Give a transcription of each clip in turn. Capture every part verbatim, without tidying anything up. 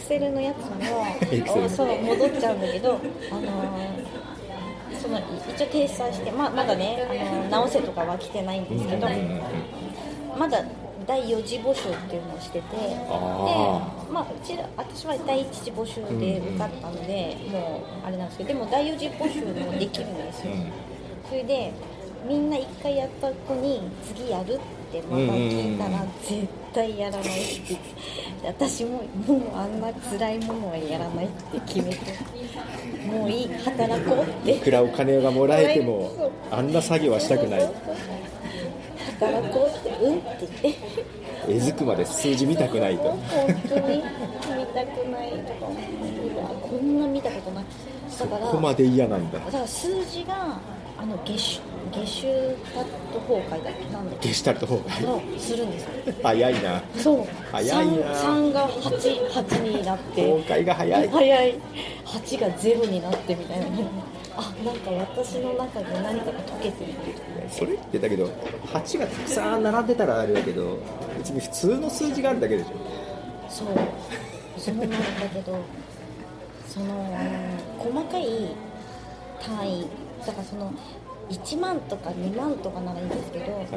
Excel のやつもそう戻っちゃうんだけど、あのー、その一応掲載して、ま, まだね、あのー、直せとかは来てないんですけど、まだだいよん次募集っていうのをしてて、で、まあ、うち私はだいいち次募集で受かったので、うんうん、もうあれなんですけど、でもだいよん次募集もできるんですよ、うん、それでみんないっかいやった子に次やるってまた聞いたら絶対やらないって、私ももうあんな辛いものはやらないって決めて、もういい、働こうって、 いくらお金がもらえてもあんな作業はしたくない、そうそうそう、 働こうって、うんって言って、 えずくまで数字見たくないと、 本当に見たくないとか、こんな見たことない、だからそこまで嫌なんだ。 だから数字があのゲシュゲシュタルト崩壊だっけ、なんだっけ、 ゲシュタルト崩壊するんですよ。 早いな。 そう、 早いな。 さんがはち、はちになって崩壊が早い。 早い。はちがゼロになってみたいな。あ、なんか私の中で何かが溶けてる。 それってだけどはちがたくさん並んでたらあれだけど、別に普通の数字があるだけでしょ。 そう、そうなんだけど、その細かい単位だから、そのいちまんとかにまんとかならいいんですけど、はい、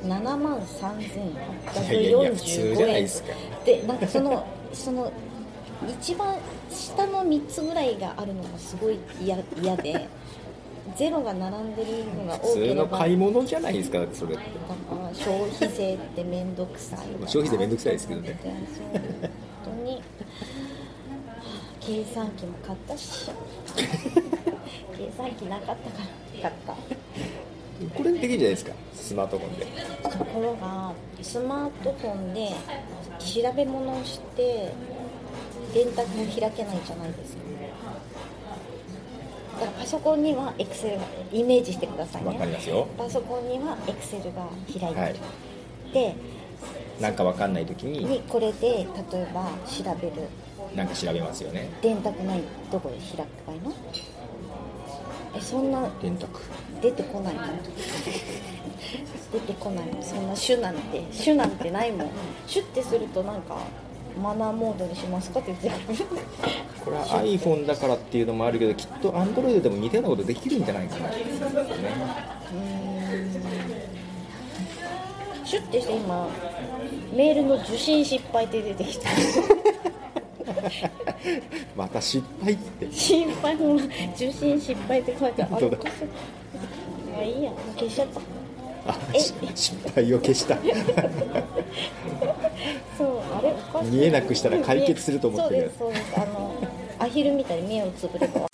ななまんさんぜんはっぴゃくよんじゅうごえんで、なんかそのその一番下のみっつぐらいがあるのがすごい嫌で、ゼロが並んでるのが多ければ、 普通の買い物じゃないですか、それって。 だから消費税ってめんどくさい、 消費税めんどくさいですけどね。 そう本当に計算機も買ったし計算機なかったから買った。 これできるじゃないですか、スマートフォンで。 ところがスマートフォンで調べ物をして電卓を開けないじゃないですか。だからパソコンには Excel が、イメージしてくださいね。 わかりますよ。 パソコンには Excel が開いてる、はい、でなんかわかんない時ににこれで例えば調べる、 なんか調べますよね。 電卓ないどこで開けばいいの？え、そんな電卓出てこないの出てこないの、そんなシュなんてシュなんてないもん。シュってするとなんかマナーモードにしますかって言ってくるこれは iPhone だからっていうのもあるけど、きっと Android でも似たようなことできるんじゃないかなって思うんですよね。 うーん、シュってして今メールの受信失敗って出てきたまた失敗って失敗の受信失敗って書いてある。あれ、あ、いいや、もう消しちゃった。 あ、失敗を消したそう、あれおかしい、 見えなくしたら解決すると思ってる。 そうです、そうです。あのアヒルみたいに目をつぶれば